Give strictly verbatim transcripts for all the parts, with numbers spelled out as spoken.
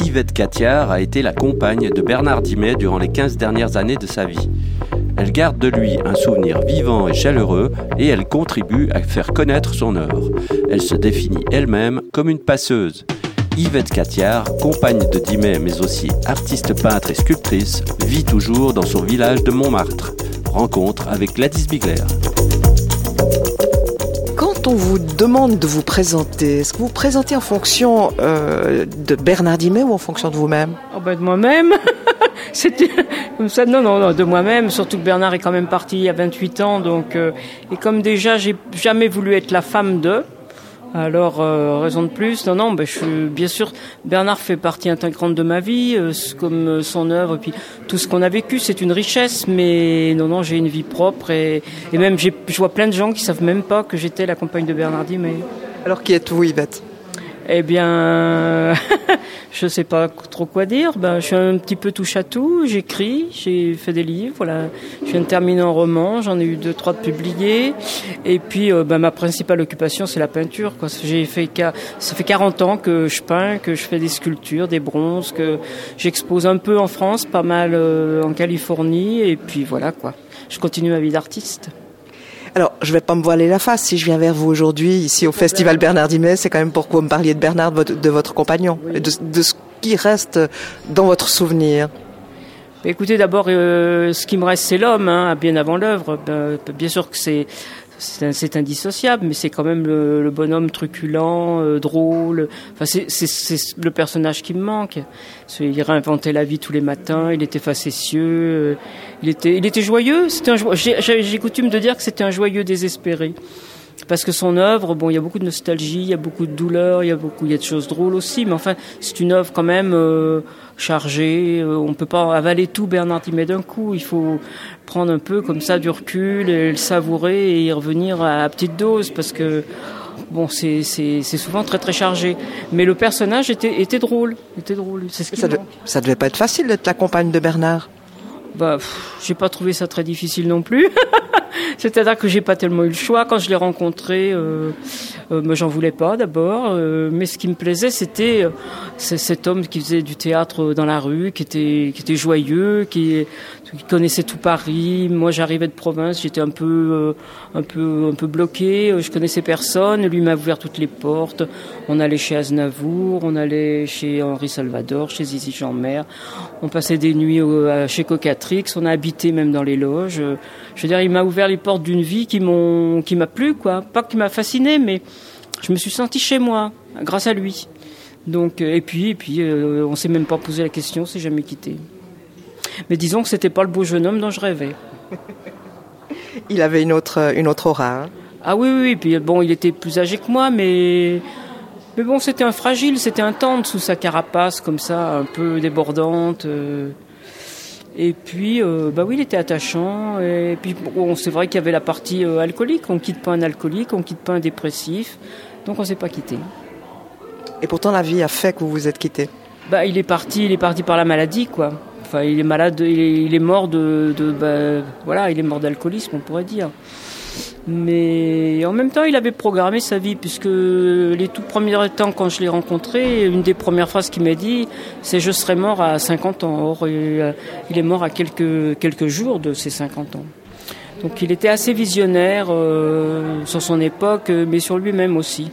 Yvette Cathiard a été la compagne de Bernard Dimet durant les quinze dernières années de sa vie. Elle garde de lui un souvenir vivant et chaleureux et elle contribue à faire connaître son œuvre. Elle se définit elle-même comme une passeuse. Yvette Cathiard, compagne de Dimet mais aussi artiste peintre et sculptrice, vit toujours dans son village de Montmartre. Rencontre avec Gladys Bigler. Quand on vous demande de vous présenter, est-ce que vous vous présentez en fonction euh, de Bernard Dimet ou en fonction de vous-même ? Oh ben de moi-même. C'était comme ça. Non, non, non, de moi-même. Surtout que Bernard est quand même parti il y a vingt-huit ans, donc euh, et comme déjà j'ai jamais voulu être la femme de. Alors, euh, raison de plus, non, non, ben, je suis, bien sûr, Bernard fait partie intégrante de ma vie, euh, comme son œuvre, et puis tout ce qu'on a vécu, c'est une richesse, mais non, non, j'ai une vie propre, et, et même, j'ai, je vois plein de gens qui savent même pas que j'étais la compagne de Bernard Dimet. Alors, qui êtes-vous, Yvette ? Eh bien, je sais pas trop quoi dire. Ben, je suis un petit peu touche à tout. J'écris, j'ai fait des livres. Voilà, je viens de terminer un roman. J'en ai eu deux, trois de publiés. Et puis, euh, ben, ma principale occupation, c'est la peinture. Quoi. J'ai fait, ça fait quarante ans que je peins, que je fais des sculptures, des bronzes, que j'expose un peu en France, pas mal euh, en Californie. Et puis voilà, quoi. Je continue ma vie d'artiste. Alors, je vais pas me voiler la face. Si je viens vers vous aujourd'hui, ici au Festival Bernard Dimet, c'est quand même pour que vous me parliez de Bernard, de votre, de votre compagnon, oui. et de, de ce qui reste dans votre souvenir. Écoutez, d'abord, euh, ce qui me reste, c'est l'homme, hein, bien avant l'œuvre. Ben, bien sûr que c'est, c'est, c'est indissociable, mais c'est quand même le, le bonhomme truculent, euh, drôle. Enfin, c'est, c'est, c'est le personnage qui me manque. Il réinventait la vie tous les matins, il était facétieux, euh, il était, il était joyeux. C'était un, j'ai, j'ai coutume de dire que c'était un joyeux désespéré. Parce que son œuvre, bon, il y a beaucoup de nostalgie, il y a beaucoup de douleur, il y a beaucoup, il y a de choses drôles aussi, mais enfin, c'est une œuvre quand même euh, chargée. Euh, on peut pas avaler tout Bernard Dimet d'un coup. Il faut prendre un peu comme ça du recul, et le savourer et y revenir à, à petite dose, parce que bon, c'est, c'est, c'est souvent très très chargé. Mais le personnage était, était drôle, était drôle. C'est ce qui ça, de, ça devait pas être facile d'être la compagne de Bernard. Bah, pff, j'ai pas trouvé ça très difficile non plus. C'est-à-dire que j'ai pas tellement eu le choix. Quand je l'ai rencontré, euh, euh, moi j'en voulais pas d'abord, euh, mais ce qui me plaisait, c'était euh, c'est cet homme qui faisait du théâtre dans la rue, qui était qui était joyeux, qui, qui connaissait tout Paris. Moi, j'arrivais de province, j'étais un peu euh, un peu un peu bloqué. Je connaissais personne. Lui m'a ouvert toutes les portes. On allait chez Aznavour, on allait chez Henri Salvador, chez Zizi Jeanmaire. On passait des nuits au, chez Cocatrix. On a habité même dans les loges. Je veux dire, il m'a ouvert les portes d'une vie qui m'ont, qui m'a plu, quoi. Pas qui m'a fasciné, mais je me suis sentie chez moi, grâce à lui. Donc, et puis, et puis, euh, on s'est même pas posé la question, on s'est jamais quitté. Mais disons que c'était pas le beau jeune homme dont je rêvais. Il avait une autre, une autre aura. Hein. Ah oui, oui, oui. Puis bon, il était plus âgé que moi, mais, mais bon, c'était un fragile, c'était un tendre sous sa carapace, comme ça, un peu débordante. Euh... Et puis, euh, bah oui, il était attachant. Et puis, bon, c'est vrai qu'il y avait la partie euh, alcoolique. On quitte pas un alcoolique, on quitte pas un dépressif. Donc, on s'est pas quitté. Et pourtant, la vie a fait que vous vous êtes quittés. Bah, il est parti, il est parti par la maladie, quoi. Enfin, il est malade, il est, il est mort de, de bah, voilà, il est mort d'alcoolisme, on pourrait dire. Mais en même temps, il avait programmé sa vie, puisque les tout premiers temps, quand je l'ai rencontré, une des premières phrases qu'il m'a dit, c'est « je serai mort à cinquante ans ». Or, il est mort à quelques, quelques jours de ses cinquante ans. Donc il était assez visionnaire euh, sur son époque, mais sur lui-même aussi.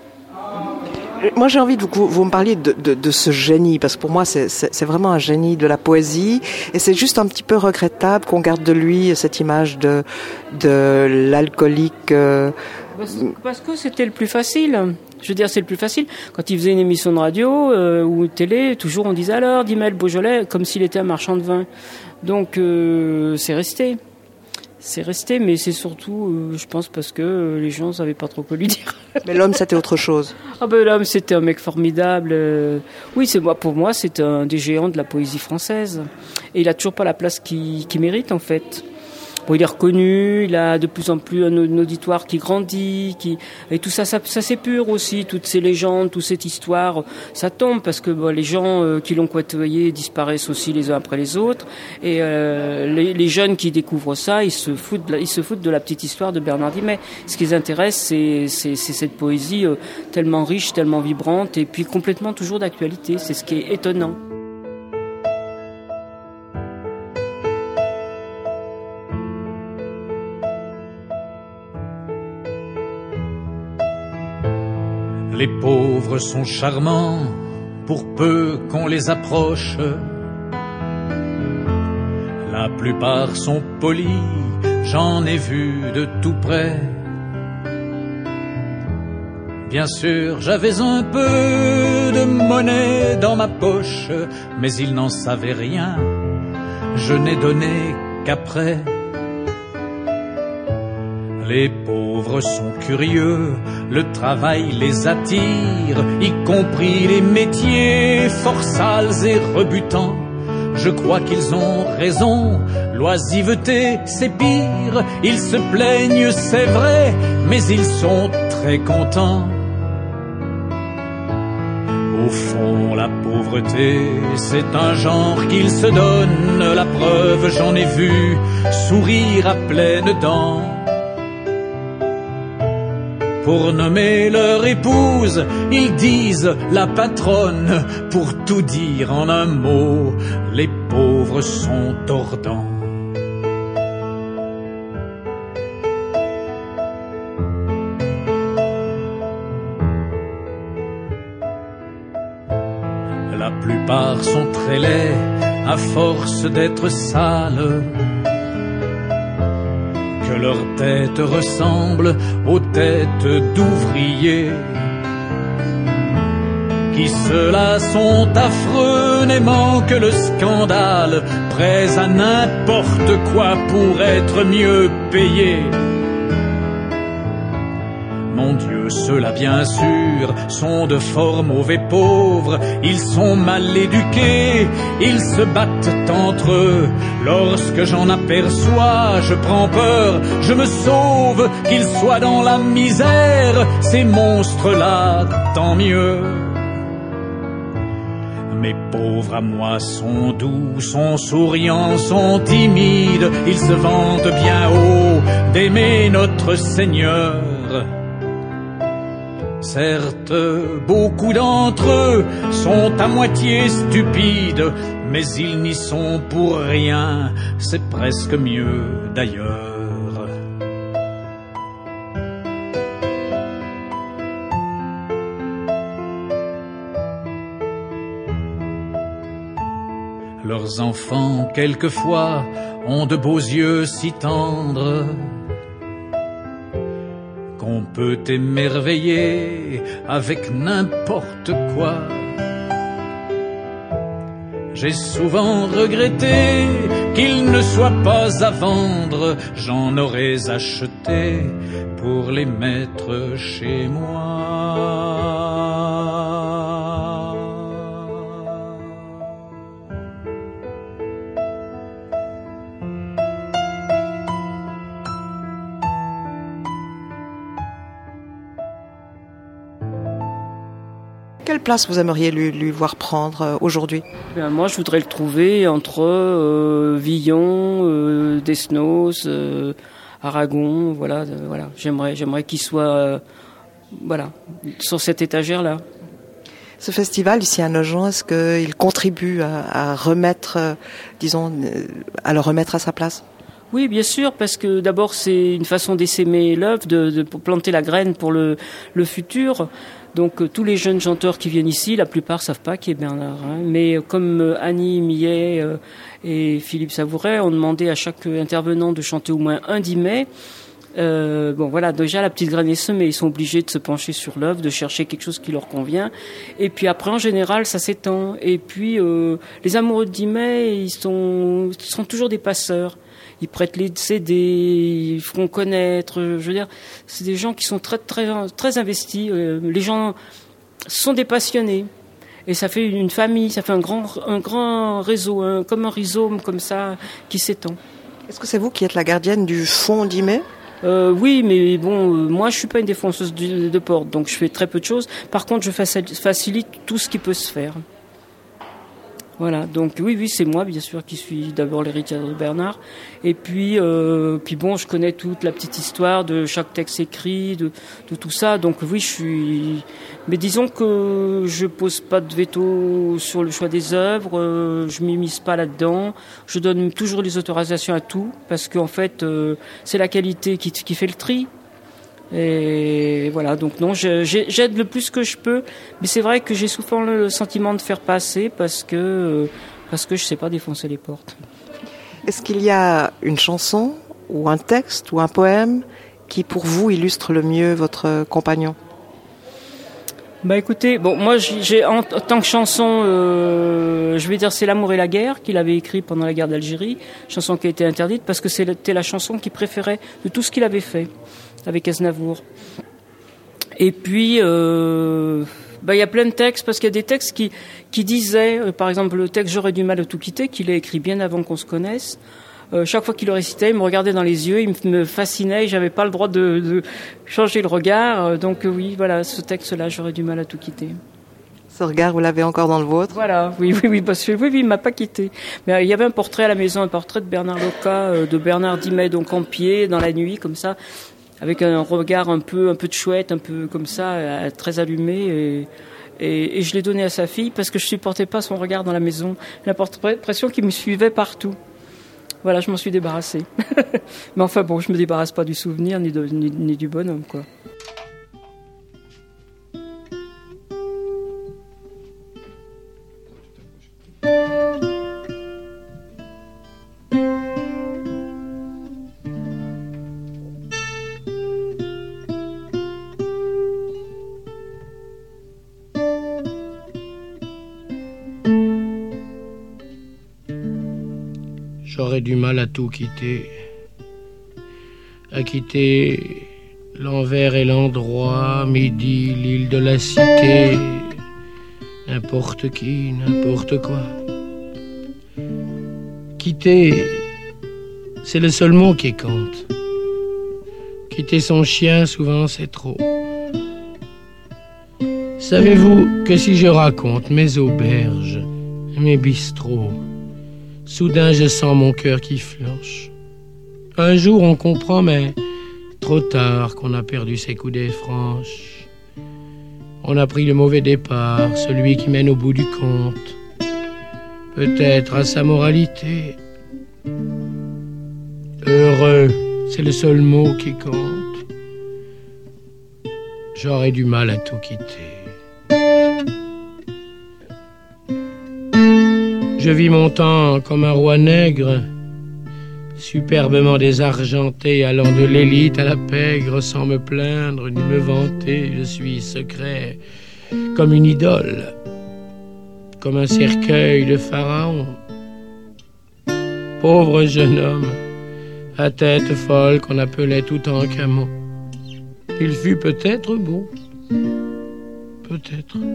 Moi, j'ai envie que vous, vous me parliez de, de, de ce génie, parce que pour moi, c'est, c'est, c'est vraiment un génie de la poésie, et c'est juste un petit peu regrettable qu'on garde de lui cette image de, de l'alcoolique. Euh... Parce que c'était le plus facile. Je veux dire, c'est le plus facile. Quand il faisait une émission de radio euh, ou télé, toujours on disait alors, Dimet le Beaujolais, comme s'il était un marchand de vin. Donc, euh, c'est resté. C'est resté, mais c'est surtout, euh, je pense, parce que les gens ne savaient pas trop quoi lui dire. Mais l'homme, c'était autre chose. Ah ben l'homme, c'était un mec formidable. Euh, oui, c'est moi. Pour moi, c'est un des géants de la poésie française. Et il a toujours pas la place qu'il, qu'il mérite, en fait. bon, il est reconnu, il a de plus en plus un, un auditoire qui grandit, qui et tout ça, ça, ça s'épure aussi. Toutes ces légendes, toute cette histoire, ça tombe parce que bon, les gens euh, qui l'ont côtoyé disparaissent aussi les uns après les autres. Et euh, les, les jeunes qui découvrent ça, ils se foutent, de la, ils se foutent de la petite histoire de Bernard Dimet. Ce qui les intéresse, c'est, c'est, c'est cette poésie euh, tellement riche, tellement vibrante, et puis complètement toujours d'actualité. C'est ce qui est étonnant. Les pauvres sont charmants pour peu qu'on les approche. La plupart sont polis, j'en ai vu de tout près. Bien sûr, j'avais un peu de monnaie dans ma poche, mais ils n'en savaient rien, je n'ai donné qu'après. Les pauvres sont curieux, le travail les attire, y compris les métiers fort sales et rebutants. Je crois qu'ils ont raison, l'oisiveté c'est pire, ils se plaignent c'est vrai, mais ils sont très contents. Au fond, la pauvreté, c'est un genre qu'ils se donnent, la preuve j'en ai vu sourire à pleines dents. Pour nommer leur épouse, ils disent la patronne. Pour tout dire en un mot, les pauvres sont tordants. La plupart sont très laids à force d'être sales. Que leurs têtes ressemblent aux têtes d'ouvriers, qui ceux-là sont affreux, n'aimant que le scandale, prêts à n'importe quoi pour être mieux payés. Mon Dieu, ceux-là bien sûr sont de fort mauvais pauvres, ils sont mal éduqués, ils se battent entre eux. Lorsque j'en aperçois, je prends peur, je me sauve, qu'ils soient dans la misère, ces monstres-là, tant mieux. Mes pauvres à moi sont doux, sont souriants, sont timides, ils se vantent bien haut d'aimer notre Seigneur. Certes, beaucoup d'entre eux sont à moitié stupides, mais ils n'y sont pour rien, c'est presque mieux d'ailleurs. Leurs enfants, quelquefois, ont de beaux yeux si tendres qu'on peut émerveiller avec n'importe quoi. J'ai souvent regretté qu'ils ne soient pas à vendre, j'en aurais acheté pour les mettre chez moi. Quelle place vous aimeriez lui, lui voir prendre euh, aujourd'hui ? Bien, moi, je voudrais le trouver entre euh, Villon, euh, Desnos, euh, Aragon. Voilà, euh, voilà. J'aimerais, j'aimerais qu'il soit, euh, voilà, sur cette étagère-là. Ce festival ici à Nogent, est-ce qu'il contribue à, à remettre, euh, disons, euh, à le remettre à sa place ? Oui, bien sûr, parce que d'abord c'est une façon d'essaimer l'œuvre, de, de pour planter la graine pour le, le futur. Donc euh, tous les jeunes chanteurs qui viennent ici, la plupart savent pas qui est Bernard. Hein. Mais euh, comme euh, Annie Millet euh, et Philippe Savouret ont demandé à chaque intervenant de chanter au moins un Dimet, euh, bon voilà, déjà la petite graine est semée, ils sont obligés de se pencher sur l'œuvre, de chercher quelque chose qui leur convient. Et puis après, en général, ça s'étend. Et puis euh, les amoureux de Dimet, ils sont, ils sont toujours des passeurs. Ils prêtent les C D, ils font connaître. Je veux dire, c'est des gens qui sont très très très investis. Les gens sont des passionnés et ça fait une famille, ça fait un grand un grand réseau, un, comme un rhizome comme ça qui s'étend. Est-ce que c'est vous qui êtes la gardienne du fond d'Imet ? Euh, oui, mais bon, euh, moi je suis pas une défonceuse de, de porte, donc je fais très peu de choses. Par contre, je facilite tout ce qui peut se faire. Voilà, donc oui, oui, c'est moi, bien sûr, qui suis d'abord l'héritière de Bernard. Et puis, euh, puis bon, je connais toute la petite histoire de chaque texte écrit, de, de tout ça. Donc oui, je suis... Mais disons que je pose pas de veto sur le choix des œuvres, euh, je m'immisce pas là-dedans. Je donne toujours les autorisations à tout, parce qu'en fait, euh, c'est la qualité qui, qui fait le tri. Et voilà, donc non, je, j'aide le plus que je peux, mais c'est vrai que j'ai souvent le sentiment de faire passer parce que, parce que je ne sais pas défoncer les portes. Est-ce qu'il y a une chanson ou un texte ou un poème qui pour vous illustre le mieux votre compagnon ? Bah écoutez, bon moi j'ai en, en tant que chanson, euh, je vais dire c'est L'amour et la guerre qu'il avait écrit pendant la guerre d'Algérie, chanson qui a été interdite parce que c'était la chanson qu'il préférait de tout ce qu'il avait fait avec Aznavour. Et puis euh, bah il y a plein de textes parce qu'il y a des textes qui qui disaient, euh, par exemple le texte J'aurais du mal à tout quitter qu'il a écrit bien avant qu'on se connaisse. Euh, chaque fois qu'il le récitait, il me regardait dans les yeux, il me fascinait, j'avais pas le droit de, de changer le regard. Euh, donc euh, oui, voilà, ce texte-là, J'aurais du mal à tout quitter. Ce regard, vous l'avez encore dans le vôtre ? Voilà, oui, oui, oui, parce que oui, oui, il m'a pas quitté. Mais euh, il y avait un portrait à la maison, un portrait de Bernard Loca, euh, de Bernard Dimet, donc en pied, dans la nuit, comme ça, avec un regard un peu, un peu de chouette, un peu comme ça, euh, très allumé. Et, et, et je l'ai donné à sa fille parce que je supportais pas son regard dans la maison. J'ai l'impression qu'il me suivait partout. Voilà, je m'en suis débarrassée. Mais enfin bon, je me débarrasse pas du souvenir ni, de, ni, ni du bonhomme, quoi. J'aurais du mal à tout quitter, à quitter l'envers et l'endroit, midi, l'île de la cité, n'importe qui, n'importe quoi. Quitter, c'est le seul mot qui compte. Quitter son chien, souvent, c'est trop. Savez-vous que si je raconte mes auberges, mes bistrots, soudain, je sens mon cœur qui flanche. Un jour, on comprend, mais trop tard, qu'on a perdu ses coudées franches. On a pris le mauvais départ, celui qui mène au bout du compte. Peut-être à sa moralité. Heureux, c'est le seul mot qui compte. J'aurais du mal à tout quitter. Je vis mon temps comme un roi nègre, superbement désargenté, allant de l'élite à la pègre, sans me plaindre ni me vanter. Je suis secret comme une idole, comme un cercueil de pharaon. Pauvre jeune homme, à tête folle qu'on appelait Toutankhamon. Il fut peut-être beau, peut-être.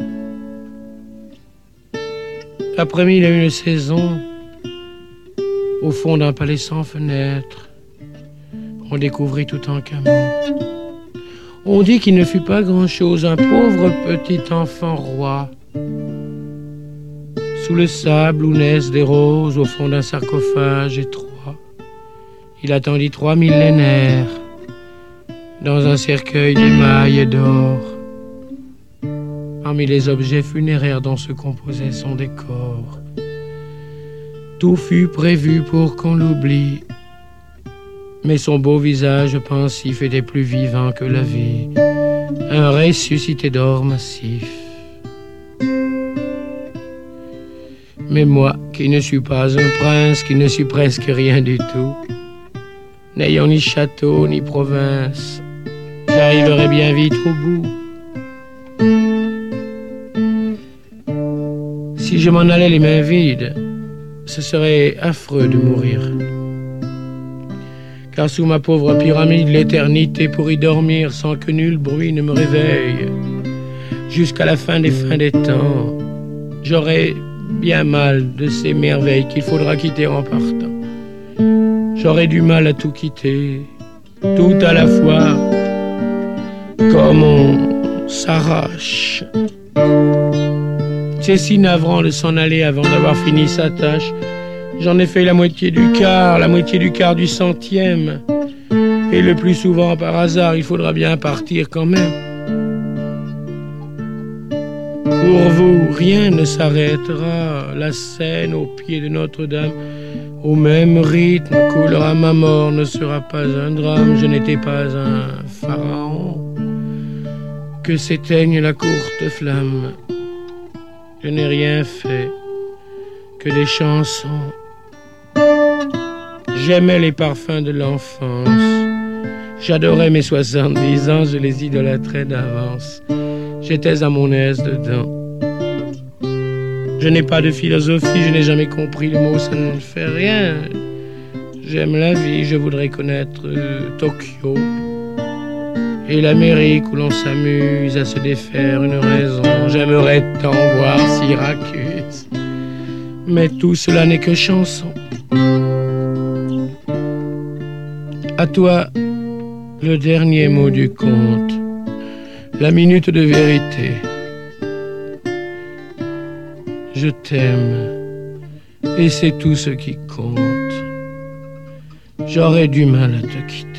Après mille et une saisons, au fond d'un palais sans fenêtre, on découvrit Toutankhamon. On dit qu'il ne fut pas grand-chose, un pauvre petit enfant roi. Sous le sable où naissent des roses, au fond d'un sarcophage étroit, il attendit trois millénaires dans un cercueil d'émail et d'or. Parmi les objets funéraires dont se composait son décor, tout fut prévu pour qu'on l'oublie, mais son beau visage pensif était plus vivant que la vie, un ressuscité d'or massif. Mais moi, qui ne suis pas un prince, qui ne suis presque rien du tout, n'ayant ni château ni province, j'arriverai bien vite au bout. Si je m'en allais les mains vides, ce serait affreux de mourir. Car sous ma pauvre pyramide, l'éternité pour y dormir sans que nul bruit ne me réveille, jusqu'à la fin des fins des temps, j'aurai bien mal de ces merveilles qu'il faudra quitter en partant. J'aurais du mal à tout quitter, tout à la fois, comme on s'arrache. C'est si navrant de s'en aller avant d'avoir fini sa tâche. J'en ai fait la moitié du quart, la moitié du quart du centième. Et le plus souvent, par hasard, il faudra bien partir quand même. Pour vous, rien ne s'arrêtera. La Seine, au pied de Notre-Dame, au même rythme, coulera ma mort, ne sera pas un drame. Je n'étais pas un pharaon. Que s'éteigne la courte flamme. Je n'ai rien fait que des chansons. J'aimais les parfums de l'enfance. J'adorais mes soixante-dix ans, je les idolâtrais d'avance. J'étais à mon aise dedans. Je n'ai pas de philosophie, je n'ai jamais compris le mot, ça ne fait rien. J'aime la vie, je voudrais connaître euh, Tokyo et l'Amérique où l'on s'amuse à se défaire une raison. J'aimerais tant voir Syracuse, mais tout cela n'est que chanson. À toi, le dernier mot du conte, la minute de vérité. Je t'aime, et c'est tout ce qui compte. J'aurais du mal à te quitter.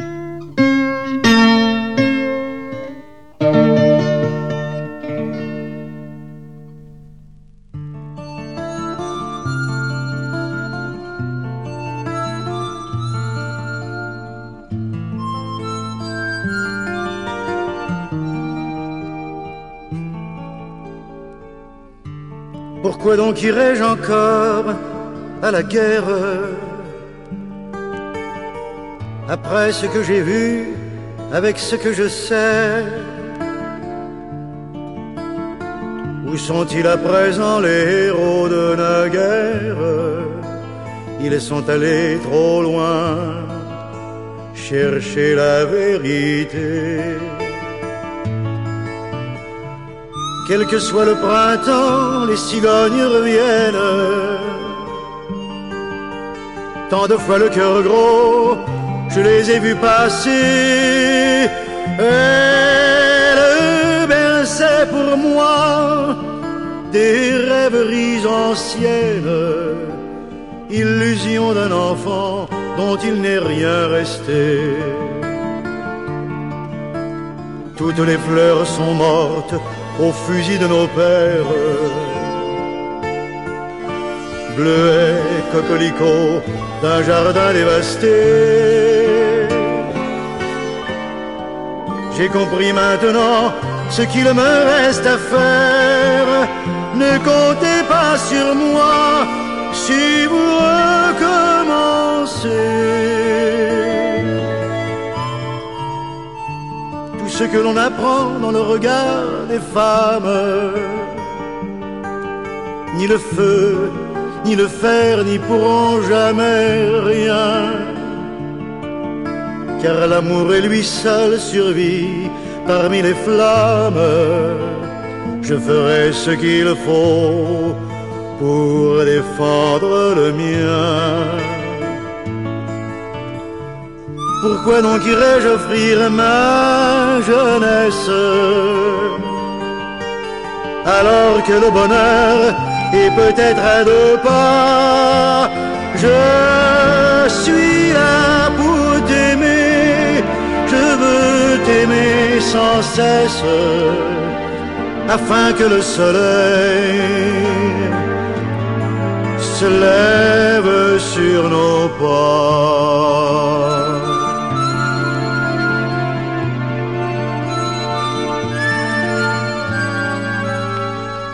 Pourquoi donc irais-je encore à la guerre après ce que j'ai vu, avec ce que je sais? Où sont-ils à présent les héros de naguère? Ils sont allés trop loin chercher la vérité. Quel que soit le printemps, les cigognes reviennent. Tant de fois le cœur gros, je les ai vus passer. Elles berçaient pour moi des rêveries anciennes, illusions d'un enfant dont il n'est rien resté. Toutes les fleurs sont mortes au fusil de nos pères. Bleuets, coquelicots d'un jardin dévasté. J'ai compris maintenant ce qu'il me reste à faire. Ne comptez pas sur moi si vous recommencez. Tout ce que l'on apprend dans le regard des femmes, ni le feu, ni le fer n'y pourront jamais rien, car l'amour est lui seul survit parmi les flammes. Je ferai ce qu'il faut pour défendre le mien. Pourquoi donc irais-je offrir ma jeunesse alors que le bonheur est peut-être à deux pas? Je suis là pour t'aimer, je veux t'aimer sans cesse, afin que le soleil se lève sur nos pas.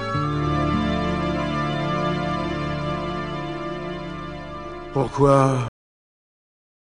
Pourquoi